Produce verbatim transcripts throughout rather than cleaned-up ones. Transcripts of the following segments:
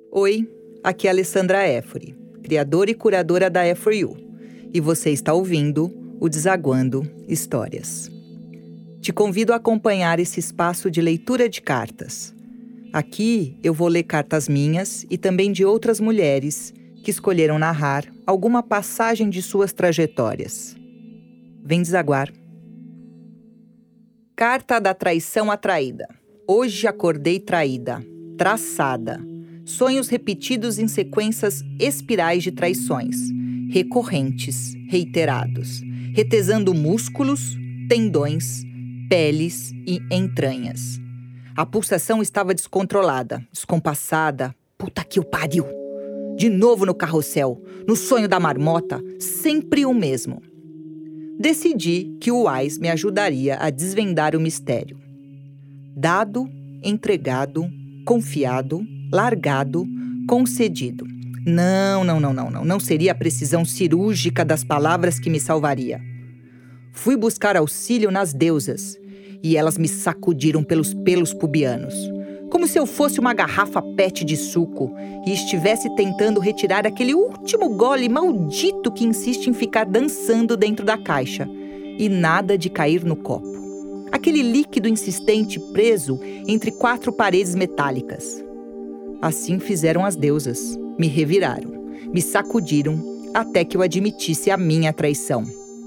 Oi, aqui é a Alessandra Éfori, criadora e curadora da É For You, e você está ouvindo o Desaguando Histórias. Te convido a acompanhar esse espaço de leitura de cartas. Aqui eu vou ler cartas minhas e também de outras mulheres que escolheram narrar alguma passagem de suas trajetórias. Vem desaguar. Carta da traição atraída. Hoje acordei traída, traçada. Sonhos repetidos em sequências espirais de traições, recorrentes, reiterados, retesando músculos, tendões, peles e entranhas. A pulsação estava descontrolada, descompassada. Puta que o pariu! De novo no carrossel, no sonho da marmota, sempre o mesmo. Decidi que o Wise me ajudaria a desvendar o mistério. Dado, entregado, confiado, largado, concedido. Não, não, não, não, não. Não seria a precisão cirúrgica das palavras que me salvaria. Fui buscar auxílio nas deusas e elas me sacudiram pelos pelos pubianos, como se eu fosse uma garrafa pet de suco e estivesse tentando retirar aquele último gole maldito que insiste em ficar dançando dentro da caixa e nada de cair no copo. Aquele líquido insistente preso entre quatro paredes metálicas. Assim fizeram as deusas, me reviraram, me sacudiram até que eu admitisse a minha traição.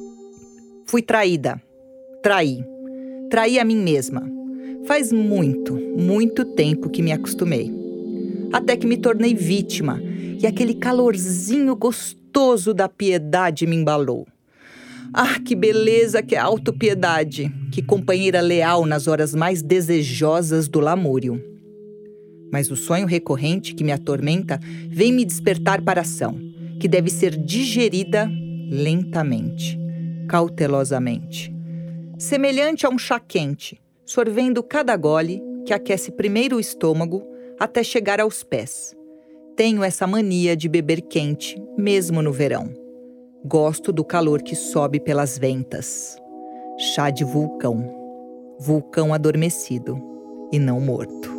Fui traída, traí, traí a mim mesma. Faz muito, muito tempo que me acostumei. Até que me tornei vítima e aquele calorzinho gostoso da piedade me embalou. Ah, que beleza que é a autopiedade, que companheira leal nas horas mais desejosas do lamúrio. Mas o sonho recorrente que me atormenta vem me despertar para a ação, que deve ser digerida lentamente, cautelosamente. Semelhante a um chá quente, sorvendo cada gole que aquece primeiro o estômago até chegar aos pés. Tenho essa mania de beber quente, mesmo no verão. Gosto do calor que sobe pelas ventas. Chá de vulcão. Vulcão adormecido e não morto.